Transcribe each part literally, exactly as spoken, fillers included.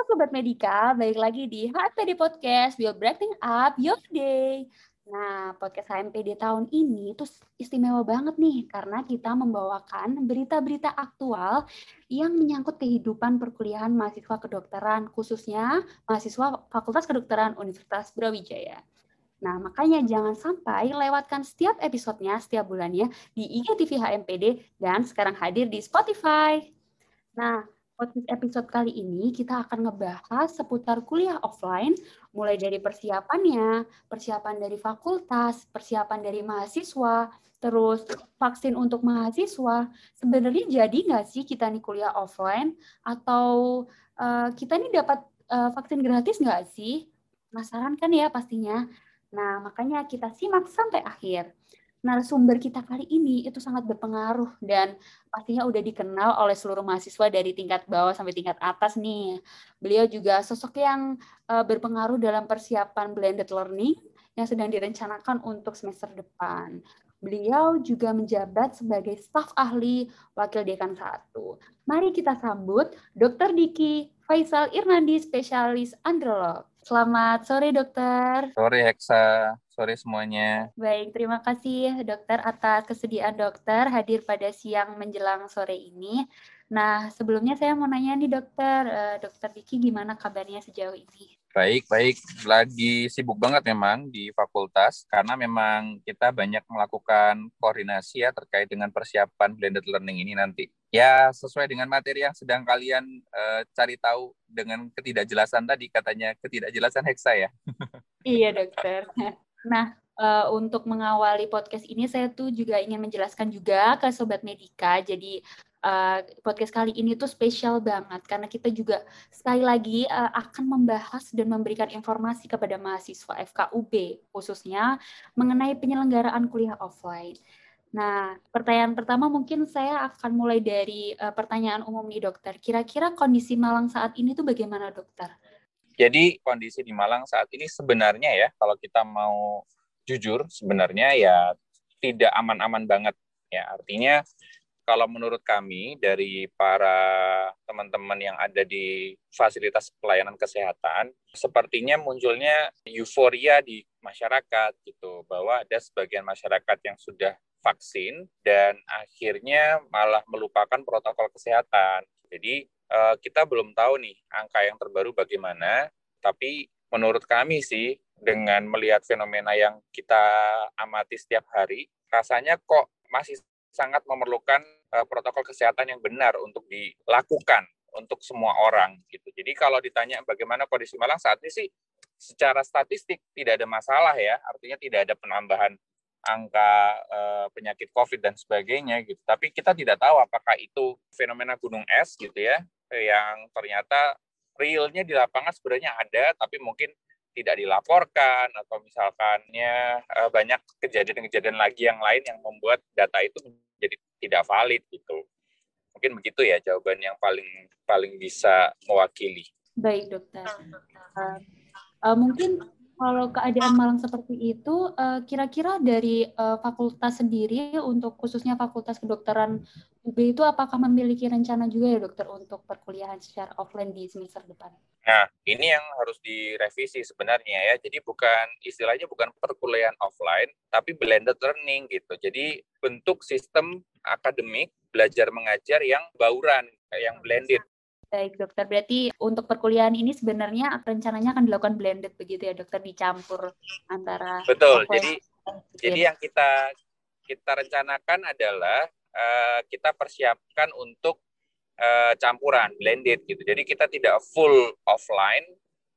Sobat Medika, balik lagi di H M P D Podcast, We'll Brightening Up Your Day. Nah, podcast H M P D tahun ini tuh istimewa banget nih, karena kita membawakan berita-berita aktual yang menyangkut kehidupan perkuliahan mahasiswa kedokteran, khususnya mahasiswa Fakultas Kedokteran Universitas Brawijaya. Nah, makanya jangan sampai lewatkan setiap episodenya setiap bulannya di I G T V H M P D dan sekarang hadir di Spotify. Nah, podcast episode kali ini kita akan ngebahas seputar kuliah offline, mulai dari persiapannya, persiapan dari fakultas, persiapan dari mahasiswa, terus vaksin untuk mahasiswa. Sebenarnya jadi nggak sih kita nih kuliah offline? Atau uh, kita nih dapat uh, vaksin gratis nggak sih? Penasaran kan ya pastinya? Nah, makanya kita simak sampai akhir. Narasumber kita kali ini itu sangat berpengaruh dan pastinya udah dikenal oleh seluruh mahasiswa dari tingkat bawah sampai tingkat atas nih. Beliau juga sosok yang uh, berpengaruh dalam persiapan blended learning yang sedang direncanakan untuk semester depan. Beliau juga menjabat sebagai staf ahli Wakil Dekan satu. Mari kita sambut dokter Diki Faisal Irnandi, spesialis androlog. Selamat sore, dokter. Sore, Hexa. Sore semuanya. Baik, terima kasih dokter atas kesediaan dokter hadir pada siang menjelang sore ini. Nah, sebelumnya saya mau nanya nih dokter, uh, dokter Diki gimana kabarnya sejauh ini? Baik, baik. Lagi sibuk banget memang di fakultas, karena memang kita banyak melakukan koordinasi ya terkait dengan persiapan blended learning ini nanti. Ya, sesuai dengan materi yang sedang kalian uh, cari tahu dengan ketidakjelasan tadi, katanya ketidakjelasan Hexa ya. Iya dokter. Nah, uh, untuk mengawali podcast ini saya tuh juga ingin menjelaskan juga ke Sobat Medika. Jadi uh, podcast kali ini tuh spesial banget karena kita juga sekali lagi uh, akan membahas dan memberikan informasi kepada mahasiswa F K U B khususnya mengenai penyelenggaraan kuliah offline. Nah, pertanyaan pertama mungkin saya akan mulai dari uh, pertanyaan umum nih dokter. Kira-kira kondisi Malang saat ini tuh bagaimana dokter? Jadi kondisi di Malang saat ini sebenarnya ya, kalau kita mau jujur, sebenarnya ya tidak aman-aman banget. Ya, artinya kalau menurut kami dari para teman-teman yang ada di fasilitas pelayanan kesehatan, sepertinya munculnya euforia di masyarakat gitu, bahwa ada sebagian masyarakat yang sudah vaksin dan akhirnya malah melupakan protokol kesehatan. Jadi kita belum tahu nih angka yang terbaru bagaimana, tapi menurut kami sih dengan melihat fenomena yang kita amati setiap hari, rasanya kok masih sangat memerlukan uh, protokol kesehatan yang benar untuk dilakukan untuk semua orang gitu. Jadi kalau ditanya bagaimana kondisi Malang saat ini sih secara statistik tidak ada masalah ya, artinya tidak ada penambahan angka uh, penyakit COVID dan sebagainya gitu. Tapi kita tidak tahu apakah itu fenomena gunung es gitu ya, yang ternyata realnya di lapangan sebenarnya ada, tapi mungkin tidak dilaporkan atau misalkannya uh, banyak kejadian-kejadian lagi yang lain yang membuat data itu menjadi tidak valid gitu. Mungkin begitu ya jawaban yang paling paling bisa mewakili. Baik dokter. Uh, uh, mungkin kalau keadaan Malang seperti itu, uh, kira-kira dari uh, fakultas sendiri untuk khususnya Fakultas Kedokteran U B itu apakah memiliki rencana juga ya dokter untuk perkuliahan secara offline di semester depan? Nah, ini yang harus direvisi sebenarnya ya. Jadi bukan istilahnya bukan perkuliahan offline, tapi blended learning gitu. Jadi bentuk sistem akademik belajar mengajar yang bauran, yang blended. Baik dokter, berarti untuk perkuliahan ini sebenarnya rencananya akan dilakukan blended begitu ya dokter, dicampur antara betul. offline. Jadi jadi yang kita kita rencanakan adalah uh, kita persiapkan untuk uh, campuran blended gitu. Jadi kita tidak full offline,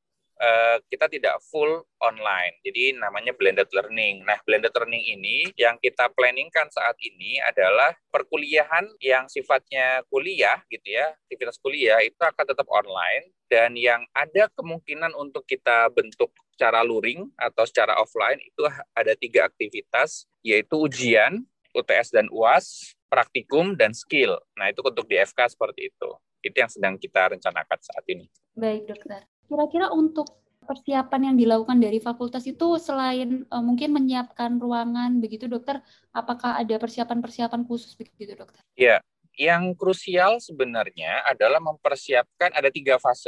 uh, kita tidak full online. Jadi namanya blended learning. Nah, blended learning ini yang kita planningkan saat ini adalah perkuliahan yang sifatnya kuliah gitu ya, aktivitas kuliah itu akan tetap online, dan yang ada kemungkinan untuk kita bentuk secara luring atau secara offline itu ada tiga aktivitas, yaitu ujian, U T S dan U A S, praktikum, dan skill. Nah, itu untuk di F K seperti itu. Itu yang sedang kita rencanakan saat ini. Baik, dokter. Kira-kira untuk persiapan yang dilakukan dari fakultas itu selain uh, mungkin menyiapkan ruangan begitu, dokter, apakah ada persiapan-persiapan khusus begitu, dokter? Ya, yang krusial sebenarnya adalah mempersiapkan, ada tiga fase ya.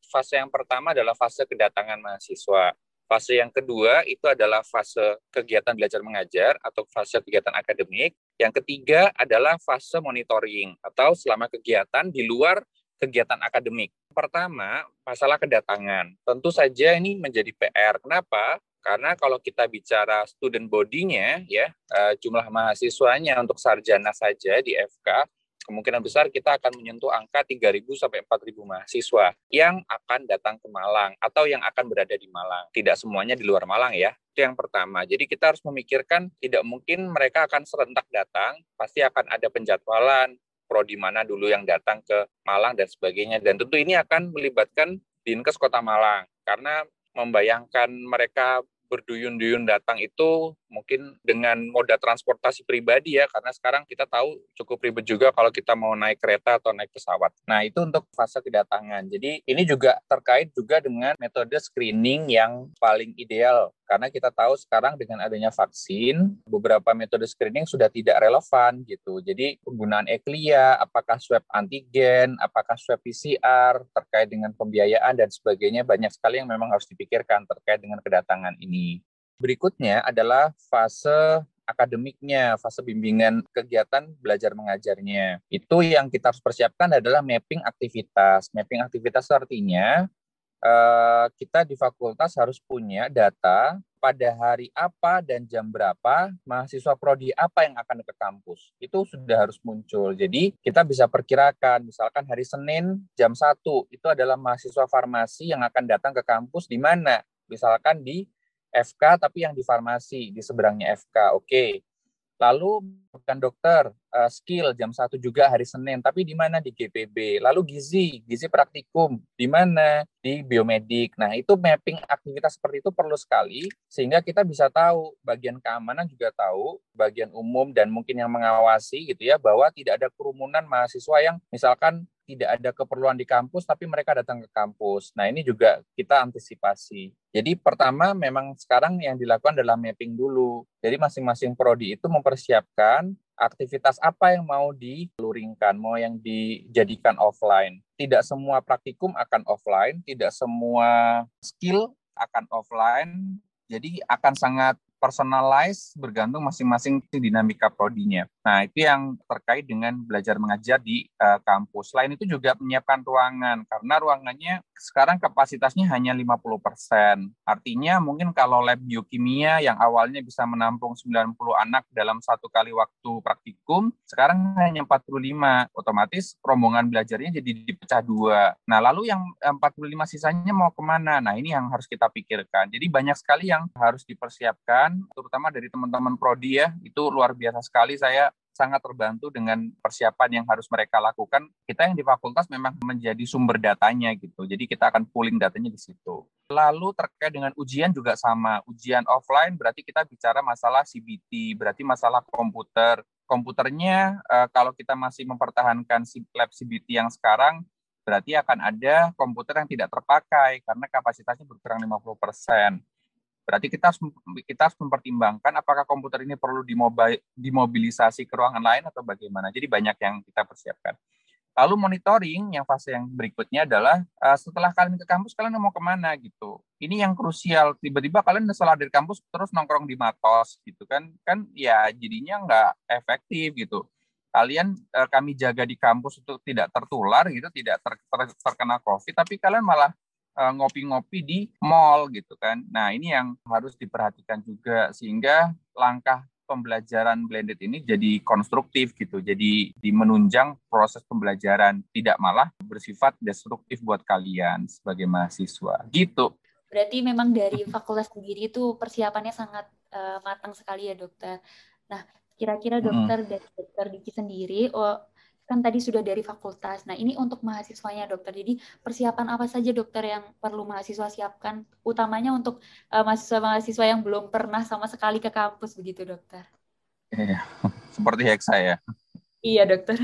fase yang pertama adalah fase kedatangan mahasiswa. Fase yang kedua itu adalah fase kegiatan belajar mengajar atau fase kegiatan akademik. Yang ketiga adalah fase monitoring atau selama kegiatan di luar kegiatan akademik. Pertama, masalah kedatangan. Tentu saja ini menjadi P R. Kenapa? Karena kalau kita bicara student body-nya, ya jumlah mahasiswanya untuk sarjana saja di F K, kemungkinan besar kita akan menyentuh angka tiga ribu sampai empat ribu mahasiswa yang akan datang ke Malang atau yang akan berada di Malang. Tidak semuanya di luar Malang ya. Itu yang pertama. Jadi kita harus memikirkan tidak mungkin mereka akan serentak datang, pasti akan ada penjadwalan, prodi mana dulu yang datang ke Malang dan sebagainya. Dan tentu ini akan melibatkan Dinkes Kota Malang karena membayangkan mereka berduyun-duyun datang itu mungkin dengan moda transportasi pribadi ya, karena sekarang kita tahu cukup ribet juga kalau kita mau naik kereta atau naik pesawat. Nah, itu untuk fase kedatangan. Jadi ini juga terkait juga dengan metode screening yang paling ideal, karena kita tahu sekarang dengan adanya vaksin, beberapa metode screening sudah tidak relevan gitu. Jadi penggunaan E C L I A, apakah swab antigen, apakah swab P C R, terkait dengan pembiayaan dan sebagainya, banyak sekali yang memang harus dipikirkan terkait dengan kedatangan ini. Berikutnya adalah fase akademiknya, fase bimbingan kegiatan belajar mengajarnya. Itu yang kita harus persiapkan adalah mapping aktivitas. Mapping aktivitas artinya eh, kita di fakultas harus punya data pada hari apa dan jam berapa mahasiswa prodi apa yang akan ke kampus. Itu sudah harus muncul. Jadi kita bisa perkirakan, misalkan hari Senin jam satu, itu adalah mahasiswa farmasi yang akan datang ke kampus di mana? Misalkan di F K tapi yang di farmasi, di seberangnya F K. Oke. Lalu bukan dokter, uh, skill jam satu juga hari Senin, tapi di mana? Di G P B. Lalu gizi, gizi praktikum, di mana? Di biomedik. Nah, itu mapping aktivitas seperti itu perlu sekali, sehingga kita bisa tahu, bagian keamanan juga tahu, bagian umum dan mungkin yang mengawasi gitu ya, bahwa tidak ada kerumunan mahasiswa yang misalkan tidak ada keperluan di kampus, tapi mereka datang ke kampus. Nah, ini juga kita antisipasi. Jadi pertama memang sekarang yang dilakukan adalah mapping dulu. Jadi masing-masing prodi itu mempersiapkan aktivitas apa yang mau diluringkan, mau yang dijadikan offline. Tidak semua praktikum akan offline, tidak semua skill akan offline. Jadi akan sangat personalize bergantung masing-masing dinamika prodinya. Nah, itu yang terkait dengan belajar mengajar di uh, kampus. Selain itu juga menyiapkan ruangan, karena ruangannya sekarang kapasitasnya hanya lima puluh persen. Artinya mungkin kalau lab biokimia yang awalnya bisa menampung sembilan puluh anak dalam satu kali waktu praktikum, sekarang hanya empat puluh lima. Otomatis rombongan belajarnya jadi dipecah dua. Nah, lalu yang empat puluh lima sisanya mau kemana? Nah, ini yang harus kita pikirkan. Jadi banyak sekali yang harus dipersiapkan, terutama dari teman-teman prodi ya, itu luar biasa sekali. Saya sangat terbantu dengan persiapan yang harus mereka lakukan. Kita yang di fakultas memang menjadi sumber datanya gitu, jadi kita akan pooling datanya di situ. Lalu terkait dengan ujian juga sama, ujian offline berarti kita bicara masalah C B T, berarti masalah komputer. Komputernya eh, kalau kita masih mempertahankan lab C B T yang sekarang, berarti akan ada komputer yang tidak terpakai karena kapasitasnya berkurang lima puluh persen. Berarti kita harus, kita harus mempertimbangkan apakah komputer ini perlu dimobi, dimobilisasi ke ruangan lain atau bagaimana. Jadi banyak yang kita persiapkan. Lalu monitoring, yang fase yang berikutnya adalah uh, setelah kalian ke kampus, kalian mau kemana gitu. Ini yang krusial. Tiba-tiba kalian setelah dari kampus terus nongkrong di Matos gitu kan. Kan ya jadinya nggak efektif gitu. Kalian uh, kami jaga di kampus untuk tidak tertular gitu, tidak ter, ter, terkena COVID, tapi kalian malah ngopi-ngopi di mall gitu kan. Nah, ini yang harus diperhatikan juga sehingga langkah pembelajaran blended ini jadi konstruktif gitu. Jadi dimenunjang proses pembelajaran, tidak malah bersifat destruktif buat kalian sebagai mahasiswa. Gitu. Berarti memang dari fakultas sendiri itu persiapannya sangat uh, matang sekali ya, Dokter. Nah, kira-kira dokter mm-hmm. dari Dokter Diki sendiri, oh, kan tadi sudah dari fakultas. Nah, ini untuk mahasiswanya, Dokter. Jadi, persiapan apa saja, Dokter, yang perlu mahasiswa siapkan? Utamanya untuk uh, mahasiswa-mahasiswa yang belum pernah sama sekali ke kampus, begitu, Dokter? Iya, seperti Heksa ya? Iya, Dokter.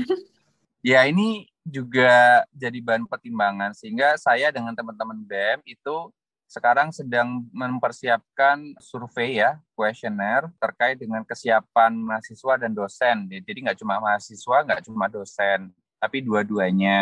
Ya, ini juga jadi bahan pertimbangan. Sehingga saya dengan teman-teman B E M itu sekarang sedang mempersiapkan survei ya, kuesioner terkait dengan kesiapan mahasiswa dan dosen. Jadi nggak cuma mahasiswa, nggak cuma dosen, tapi dua-duanya.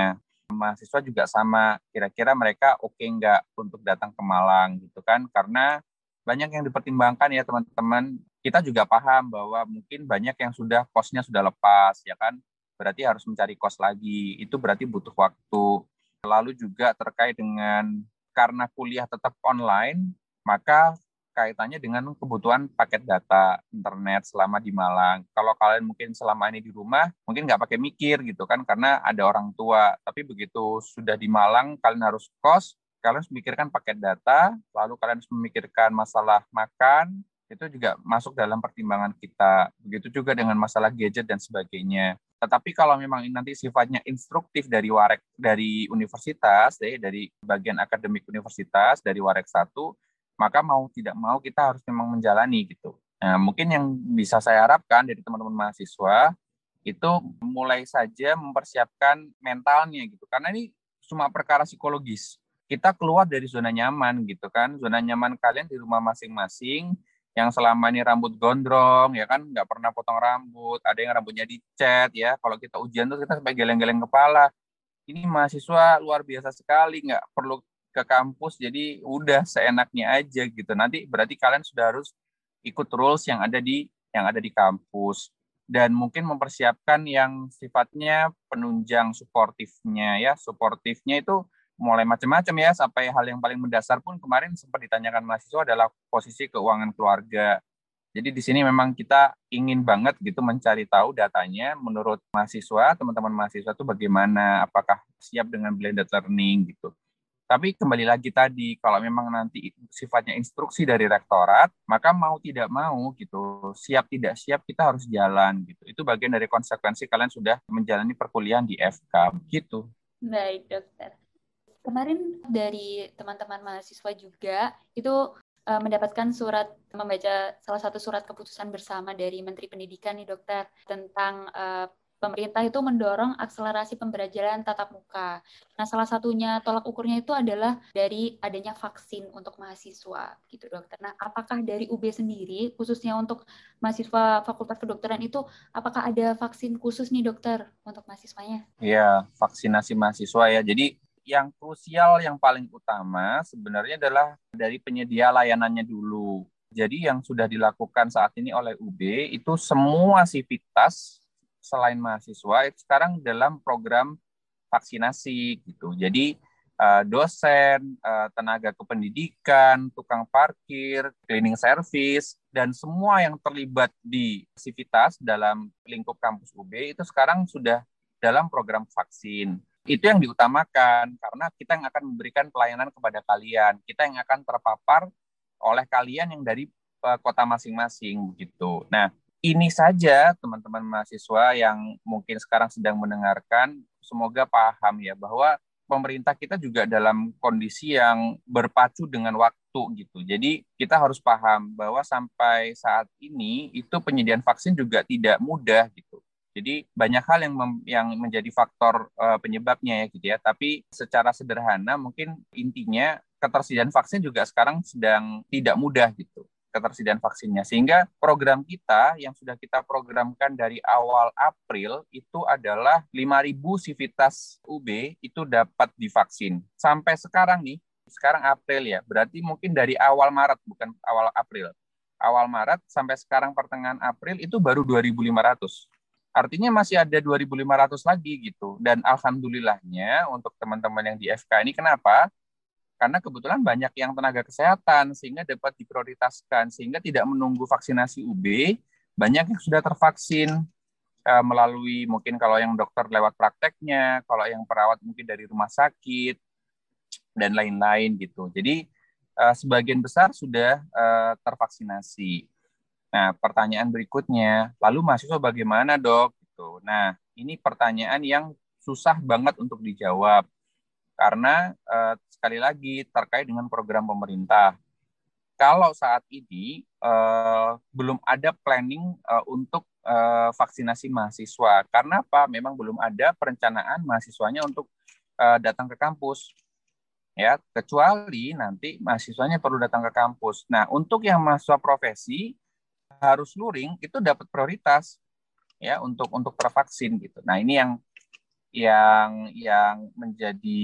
mahasiswa juga sama, kira-kira mereka oke okay nggak untuk datang ke Malang gitu kan, karena banyak yang dipertimbangkan ya teman-teman. Kita juga paham bahwa mungkin banyak yang sudah kosnya sudah lepas ya kan, berarti harus mencari kos lagi, itu berarti butuh waktu. Lalu juga terkait dengan karena kuliah tetap online, maka kaitannya dengan kebutuhan paket data internet selama di Malang. Kalau kalian mungkin selama ini di rumah, mungkin nggak pakai mikir gitu kan, karena ada orang tua. Tapi begitu sudah di Malang, kalian harus kos, kalian harus memikirkan paket data, lalu kalian harus memikirkan masalah makan, itu juga masuk dalam pertimbangan kita. Begitu juga dengan masalah gadget dan sebagainya. Tetapi kalau memang ini nanti sifatnya instruktif dari Warek, dari universitas, dari bagian akademik universitas, dari Warek satu, maka mau tidak mau kita harus memang menjalani gitu. Nah, mungkin yang bisa saya harapkan dari teman-teman mahasiswa itu mulai saja mempersiapkan mentalnya gitu. Karena ini cuma perkara psikologis. Kita keluar dari zona nyaman gitu kan. Zona nyaman kalian di rumah masing-masing yang selama ini rambut gondrong ya kan, nggak pernah potong rambut, ada yang rambutnya dicat ya. Kalau kita ujian tuh kita sampai geleng-geleng kepala. Ini mahasiswa luar biasa sekali, nggak perlu ke kampus, jadi udah seenaknya aja gitu. Nanti berarti kalian sudah harus ikut rules yang ada di yang ada di kampus, dan mungkin mempersiapkan yang sifatnya penunjang suportifnya ya. Suportifnya itu mulai macam-macam ya, sampai hal yang paling mendasar pun kemarin sempat ditanyakan mahasiswa adalah posisi keuangan keluarga. Jadi di sini memang kita ingin banget gitu mencari tahu datanya menurut mahasiswa, teman-teman mahasiswa itu bagaimana, apakah siap dengan blended learning gitu. Tapi kembali lagi tadi, kalau memang nanti sifatnya instruksi dari rektorat, maka mau tidak mau gitu, siap tidak siap kita harus jalan gitu. Itu bagian dari konsekuensi kalian sudah menjalani perkuliahan di F K gitu. Baik, dokter. Kemarin dari teman-teman mahasiswa juga itu uh, mendapatkan surat, membaca salah satu surat keputusan bersama dari Menteri Pendidikan nih dokter, tentang uh, pemerintah itu mendorong akselerasi pembelajaran tatap muka. Nah, salah satunya tolak ukurnya itu adalah dari adanya vaksin untuk mahasiswa, gitu dokter. Nah, apakah dari U B sendiri, khususnya untuk mahasiswa Fakultas Kedokteran itu, apakah ada vaksin khusus nih dokter untuk mahasiswanya? Iya, vaksinasi mahasiswa ya. Jadi yang krusial, yang paling utama sebenarnya adalah dari penyedia layanannya dulu. Jadi yang sudah dilakukan saat ini oleh U B itu semua sivitas selain mahasiswa itu sekarang dalam program vaksinasi gitu. Jadi uh, dosen, uh, tenaga kependidikan, tukang parkir, cleaning service, dan semua yang terlibat di sivitas dalam lingkup kampus U B itu sekarang sudah dalam program vaksin. Itu yang diutamakan karena kita yang akan memberikan pelayanan kepada kalian. Kita yang akan terpapar oleh kalian yang dari uh, kota masing-masing begitu. Nah, ini saja teman-teman mahasiswa yang mungkin sekarang sedang mendengarkan, semoga paham ya bahwa pemerintah kita juga dalam kondisi yang berpacu dengan waktu gitu. Jadi kita harus paham bahwa sampai saat ini itu penyediaan vaksin juga tidak mudah gitu. Jadi banyak hal yang mem, yang menjadi faktor uh, penyebabnya ya gitu ya. Tapi secara sederhana mungkin intinya ketersediaan vaksin juga sekarang sedang tidak mudah gitu, ketersediaan vaksinnya. Sehingga program kita yang sudah kita programkan dari awal April itu adalah lima ribu sivitas U B itu dapat divaksin. Sampai sekarang nih, sekarang April ya, berarti mungkin dari awal Maret, bukan awal April. Awal Maret sampai sekarang pertengahan April itu baru dua ribu lima ratus. Artinya masih ada dua ribu lima ratus lagi gitu. Dan alhamdulillahnya untuk teman-teman yang di F K ini, kenapa? Karena kebetulan banyak yang tenaga kesehatan sehingga dapat diprioritaskan, sehingga tidak menunggu vaksinasi U B, banyak yang sudah tervaksin uh, melalui mungkin kalau yang dokter lewat prakteknya, kalau yang perawat mungkin dari rumah sakit dan lain-lain gitu. Jadi uh, sebagian besar sudah uh, tervaksinasi. Nah, pertanyaan berikutnya, lalu mahasiswa bagaimana, Dok? Gitu. Nah, ini pertanyaan yang susah banget untuk dijawab. Karena eh, sekali lagi terkait dengan program pemerintah. Kalau saat ini eh, belum ada planning eh, untuk eh, vaksinasi mahasiswa. Karena apa? Memang belum ada perencanaan mahasiswanya untuk eh, datang ke kampus. Ya, kecuali nanti mahasiswanya perlu datang ke kampus. Nah, untuk yang mahasiswa profesi harus luring itu dapat prioritas ya untuk untuk tervaksin gitu. Nah, ini yang yang yang menjadi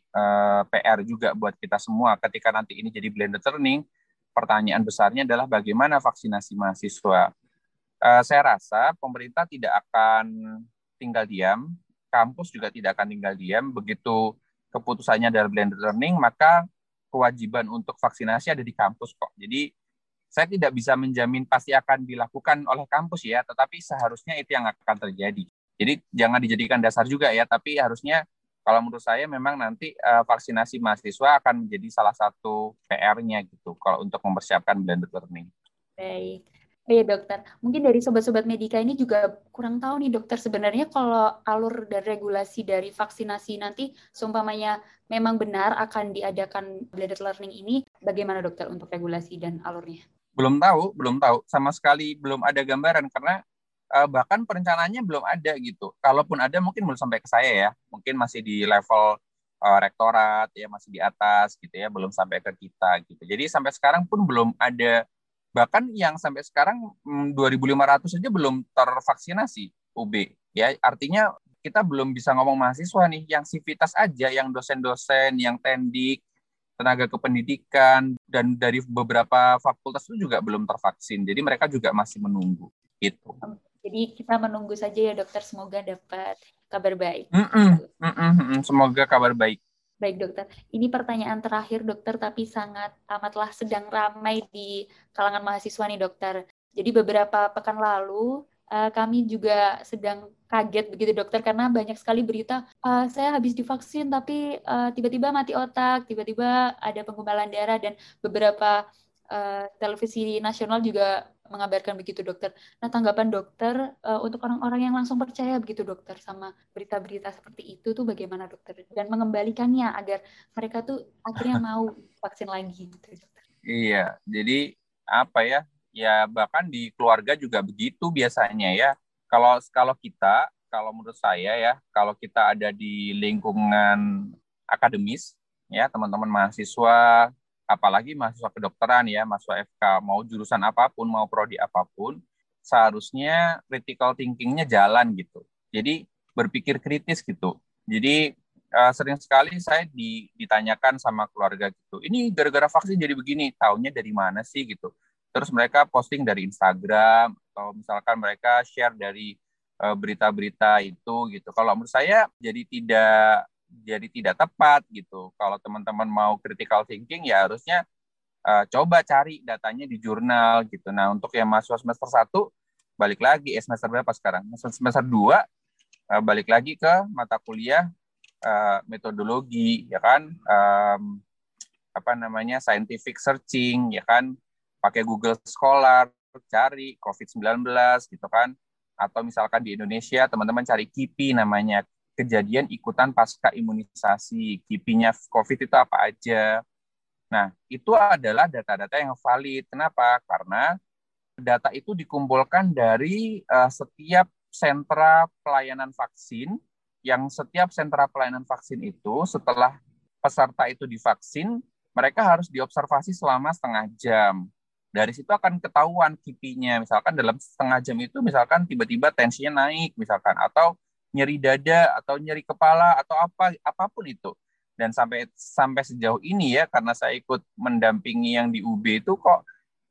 uh, P R juga buat kita semua ketika nanti ini jadi blended learning. Pertanyaan besarnya adalah bagaimana vaksinasi mahasiswa. Uh, saya rasa pemerintah tidak akan tinggal diam, kampus juga tidak akan tinggal diam. Begitu keputusannya adalah blended learning, maka kewajiban untuk vaksinasi ada di kampus kok. Jadi saya tidak bisa menjamin pasti akan dilakukan oleh kampus ya, tetapi seharusnya itu yang akan terjadi. Jadi jangan dijadikan dasar juga ya, tapi harusnya kalau menurut saya memang nanti uh, vaksinasi mahasiswa akan menjadi salah satu P R-nya gitu kalau untuk mempersiapkan blended learning. Baik. Oh iya dokter, mungkin dari sobat-sobat Medika ini juga kurang tahu nih dokter, sebenarnya kalau alur dan regulasi dari vaksinasi nanti seumpamanya memang benar akan diadakan blended learning ini, bagaimana dokter untuk regulasi dan alurnya? Belum tahu, belum tahu. Sama sekali belum ada gambaran karena uh, bahkan perencanaannya belum ada gitu. Kalaupun ada mungkin belum sampai ke saya ya, mungkin masih di level uh, rektorat ya, masih di atas gitu ya, belum sampai ke kita gitu. Jadi sampai sekarang pun belum ada. Bahkan yang sampai sekarang dua ribu lima ratus saja belum tervaksinasi U B. Ya, artinya kita belum bisa ngomong mahasiswa nih, yang sivitas aja, yang dosen-dosen, yang tendik, tenaga kependidikan, dan dari beberapa fakultas itu juga belum tervaksin. Jadi mereka juga masih menunggu. Gitu. Jadi kita menunggu saja ya dokter, semoga dapat kabar baik. Mm-mm, mm-mm, semoga kabar baik. Baik dokter, ini pertanyaan terakhir dokter, tapi sangat amatlah sedang ramai di kalangan mahasiswa nih dokter. Jadi beberapa pekan lalu uh, kami juga sedang kaget begitu dokter, karena banyak sekali berita, uh, saya habis divaksin tapi uh, tiba-tiba mati otak, tiba-tiba ada penggumpalan darah, dan beberapa uh, televisi nasional juga mengabarkan begitu dokter. Nah, tanggapan dokter uh, untuk orang-orang yang langsung percaya begitu dokter sama berita-berita seperti itu tuh bagaimana dokter? Dan mengembalikannya agar mereka tuh akhirnya mau vaksin lagi gitu dokter. Iya, jadi apa ya? Ya bahkan di keluarga juga begitu biasanya ya. Kalau kalau kita, kalau menurut saya ya, kalau kita ada di lingkungan akademis ya, teman-teman mahasiswa, apalagi mahasiswa kedokteran ya, mahasiswa F K, mau jurusan apapun, mau prodi apapun, seharusnya critical thinking-nya jalan gitu. Jadi berpikir kritis gitu. Jadi uh, sering sekali saya di, ditanyakan sama keluarga gitu, ini gara-gara vaksin jadi begini, taunya dari mana sih gitu. Terus mereka posting dari Instagram, atau misalkan mereka share dari uh, berita-berita itu gitu. Kalau menurut saya jadi tidak jadi tidak tepat gitu. Kalau teman-teman mau critical thinking ya harusnya uh, coba cari datanya di jurnal gitu. Nah, untuk yang mahasiswa semester satu balik lagi, eh, semester berapa sekarang? Semester dua uh, balik lagi ke mata kuliah uh, metodologi ya kan, um, apa namanya, scientific searching ya kan, pakai Google Scholar cari covid sembilan belas gitu kan, atau misalkan di Indonesia teman-teman cari K I P I namanya, kejadian ikutan pasca imunisasi, K I P I-nya COVID itu apa aja. Nah, itu adalah data-data yang valid. Kenapa? Karena data itu dikumpulkan dari uh, setiap sentra pelayanan vaksin, yang setiap sentra pelayanan vaksin itu setelah peserta itu divaksin, mereka harus diobservasi selama setengah jam. Dari situ akan ketahuan K I P I-nya. Misalkan dalam setengah jam itu misalkan tiba-tiba tensinya naik misalkan, atau nyeri dada atau nyeri kepala atau apa apapun itu. Dan sampai sampai sejauh ini ya, karena saya ikut mendampingi yang di U B itu, kok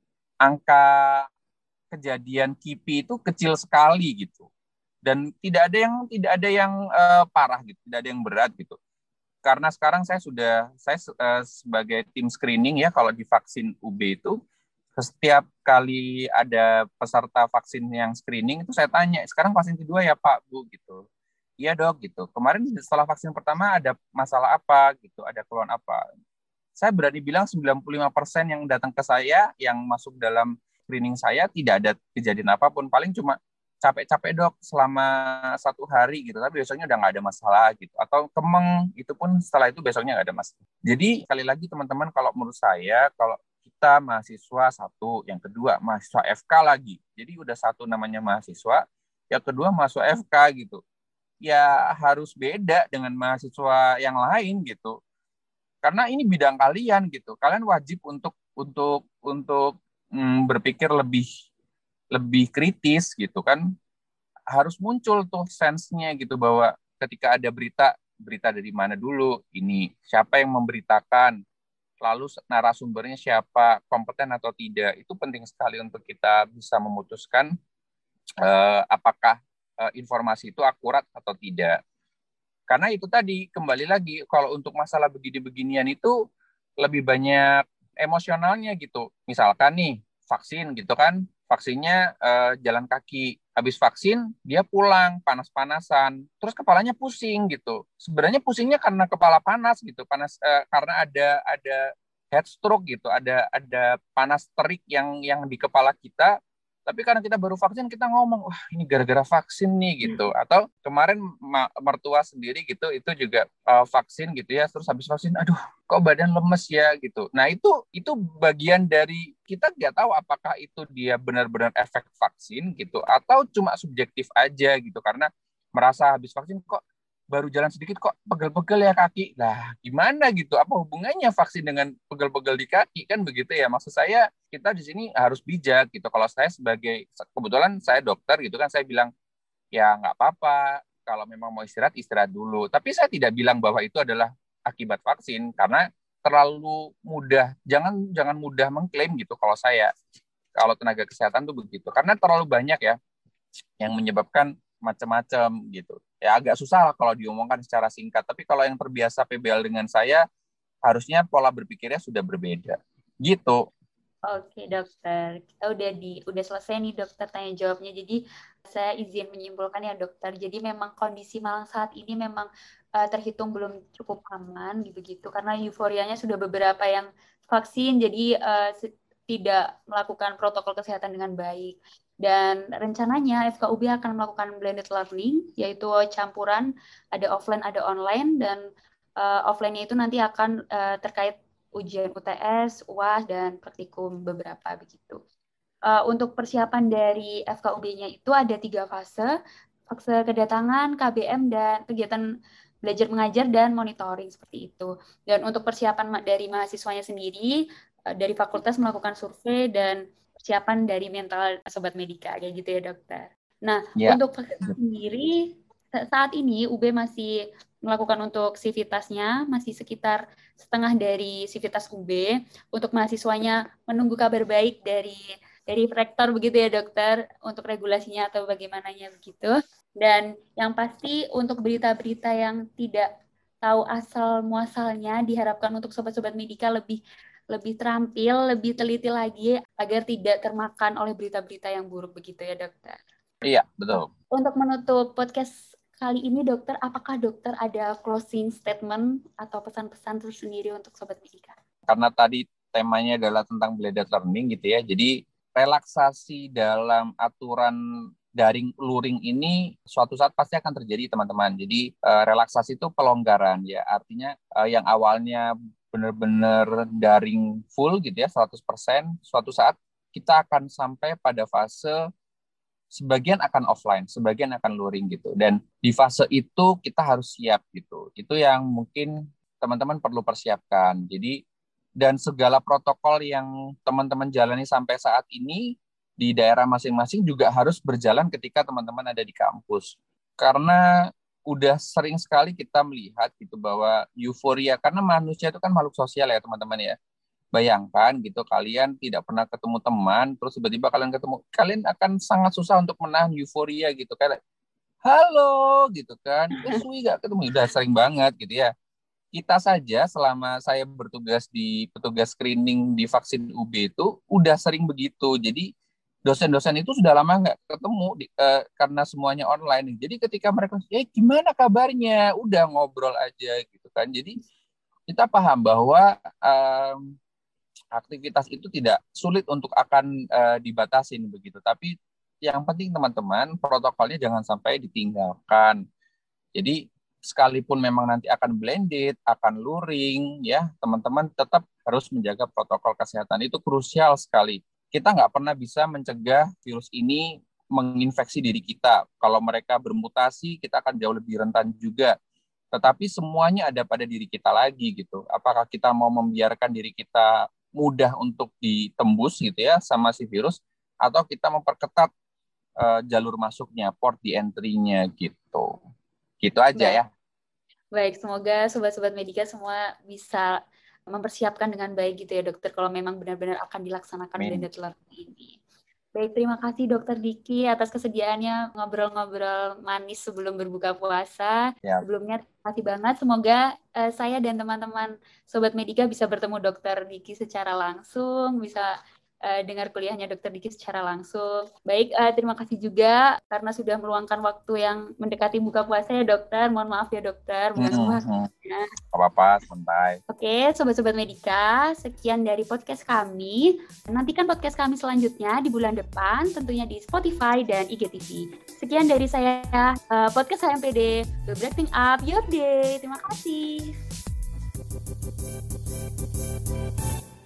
angka kejadian K I P I itu kecil sekali gitu. Dan tidak ada yang tidak ada yang uh, parah gitu, tidak ada yang berat gitu. Karena sekarang saya sudah saya uh, sebagai tim screening ya, kalau di vaksin U B itu setiap kali ada peserta vaksin yang screening itu saya tanya, sekarang vaksin kedua ya Pak Bu gitu. Iya dok gitu. Kemarin setelah vaksin pertama ada masalah apa gitu, ada keluhan apa. Saya berani bilang sembilan puluh lima persen yang datang ke saya, yang masuk dalam screening saya, tidak ada kejadian apapun. Paling cuma capek-capek dok selama satu hari gitu, tapi besoknya udah nggak ada masalah gitu. Atau kemeng, itu pun setelah itu besoknya nggak ada masalah. Jadi sekali lagi teman-teman, kalau menurut saya, kalau kita mahasiswa satu, yang kedua mahasiswa F K lagi. Jadi udah satu namanya mahasiswa, yang kedua mahasiswa F K gitu. Ya harus beda dengan mahasiswa yang lain gitu. Karena ini bidang kalian gitu. Kalian wajib untuk untuk untuk mm, berpikir lebih lebih kritis gitu kan. Harus muncul tuh sense-nya gitu, bahwa ketika ada berita, berita dari mana dulu, ini siapa yang memberitakan, lalu narasumbernya siapa, kompeten atau tidak, itu penting sekali untuk kita bisa memutuskan uh, apakah uh, informasi itu akurat atau tidak. Karena itu tadi, kembali lagi, kalau untuk masalah begini-beginian itu lebih banyak emosionalnya gitu. Misalkan nih, vaksin gitu kan, vaksinnya eh, jalan kaki. Habis vaksin, dia pulang, panas-panasan. Terus kepalanya pusing gitu. Sebenarnya pusingnya karena kepala panas gitu. Panas eh, karena ada ada head stroke gitu. Ada ada panas terik yang yang di kepala kita. Tapi karena kita baru vaksin, kita ngomong, wah ini gara-gara vaksin nih gitu. Atau kemarin mertua sendiri gitu, itu juga uh, vaksin gitu ya, terus habis vaksin, aduh kok badan lemes ya gitu. Nah itu itu bagian dari, kita nggak tahu apakah itu dia benar-benar efek vaksin gitu, atau cuma subjektif aja gitu, karena merasa habis vaksin kok baru jalan sedikit kok pegel-pegel ya kaki. Nah, gimana gitu? Apa hubungannya vaksin dengan pegel-pegel di kaki? Kan begitu ya. Maksud saya, kita di sini harus bijak gitu. Kalau saya sebagai, kebetulan saya dokter gitu kan, saya bilang, ya nggak apa-apa. Kalau memang mau istirahat, istirahat dulu. Tapi saya tidak bilang bahwa itu adalah akibat vaksin, karena terlalu mudah. Jangan jangan mudah mengklaim gitu kalau saya. Kalau tenaga kesehatan tuh begitu. Karena terlalu banyak ya yang menyebabkan macam-macam gitu. Ya agak susah lah kalau diomongkan secara singkat. Tapi kalau yang terbiasa P B L dengan saya, harusnya pola berpikirnya sudah berbeda. Gitu. Oke dokter, kita udah di udah selesai nih dokter tanya jawabnya. Jadi saya izin menyimpulkan ya dokter. Jadi memang kondisi Malang saat ini memang uh, terhitung belum cukup aman gitu-gitu karena euforianya sudah beberapa yang vaksin jadi uh, tidak melakukan protokol kesehatan dengan baik. Dan rencananya F K U B akan melakukan blended learning, yaitu campuran ada offline ada online, dan uh, offline-nya itu nanti akan uh, terkait ujian U T S, U A S, dan praktikum beberapa begitu. Uh, untuk persiapan dari F K U B-nya itu ada tiga fase, fase kedatangan, K B M, dan kegiatan belajar mengajar dan monitoring seperti itu. Dan untuk persiapan dari mahasiswanya sendiri, uh, dari fakultas melakukan survei dan persiapan dari mental sobat medika, kayak gitu ya dokter. Nah, Ya. untuk vaksin sendiri, saat ini U B masih melakukan untuk sivitasnya, masih sekitar setengah dari sivitas U B. Untuk mahasiswanya menunggu kabar baik dari dari rektor begitu ya dokter, untuk regulasinya atau bagaimananya begitu. Dan yang pasti untuk berita-berita yang tidak tahu asal muasalnya, diharapkan untuk sobat-sobat medika lebih lebih terampil, lebih teliti lagi agar tidak termakan oleh berita-berita yang buruk begitu ya dokter. Iya, betul. Untuk menutup podcast kali ini dokter, apakah dokter ada closing statement atau pesan-pesan tersendiri untuk sobat medika? Karena tadi temanya adalah tentang blended learning gitu ya, jadi relaksasi dalam aturan daring luring ini suatu saat pasti akan terjadi teman-teman. Jadi uh, relaksasi itu pelonggaran ya, artinya uh, yang awalnya benar-benar daring full gitu ya seratus persen, suatu saat kita akan sampai pada fase sebagian akan offline, sebagian akan luring gitu. Dan di fase itu kita harus siap gitu. Itu yang mungkin teman-teman perlu persiapkan. Jadi dan segala protokol yang teman-teman jalani sampai saat ini di daerah masing-masing juga harus berjalan ketika teman-teman ada di kampus. Karena udah sering sekali kita melihat gitu bahwa euforia, karena manusia itu kan makhluk sosial ya teman-teman ya. Bayangkan gitu, kalian tidak pernah ketemu teman, terus tiba-tiba kalian ketemu, kalian akan sangat susah untuk menahan euforia gitu. Kayak, halo gitu kan, eh suwi gak ketemu, udah sering banget gitu ya. Kita saja selama saya bertugas di petugas screening di vaksin U B itu udah sering begitu. Jadi dosen-dosen itu sudah lama nggak ketemu di, uh, karena semuanya online. Jadi ketika mereka, eh gimana kabarnya, udah ngobrol aja gitu kan. Jadi kita paham bahwa um, aktivitas itu tidak sulit untuk akan uh, dibatasin begitu. Tapi yang penting teman-teman, protokolnya jangan sampai ditinggalkan. Jadi sekalipun memang nanti akan blended, akan luring, ya teman-teman tetap harus menjaga protokol kesehatan. Itu krusial sekali. Kita nggak pernah bisa mencegah virus ini menginfeksi diri kita. Kalau mereka bermutasi, kita akan jauh lebih rentan juga. Tetapi semuanya ada pada diri kita lagi gitu. Apakah kita mau membiarkan diri kita mudah untuk ditembus gitu ya sama si virus, atau kita memperketat uh, jalur masuknya, port di entry-nya gitu. Gitu aja Baik. ya. Baik, semoga sobat-sobat Medika semua bisa mempersiapkan dengan baik gitu ya dokter, kalau memang benar-benar akan dilaksanakan Amin. blended learning ini. Baik, terima kasih dokter Diki atas kesediaannya ngobrol-ngobrol manis sebelum berbuka puasa. Ya. Sebelumnya terima kasih banget. Semoga uh, saya dan teman-teman Sobat Medika bisa bertemu dokter Diki secara langsung, bisa uh, dengar kuliahnya dokter Diki secara langsung. Baik, uh, terima kasih juga karena sudah meluangkan waktu yang mendekati buka puasa ya dokter. Mohon maaf ya dokter, mengganggu Hmm, waktunya. Gak apa-apa, santai. Oke, Sobat-Sobat Medika, sekian dari podcast kami. Nantikan podcast kami selanjutnya di bulan depan, tentunya di Spotify dan I G T V. Sekian dari saya, uh, podcast H M P D, We're Breaking Up Your Day. Terima kasih.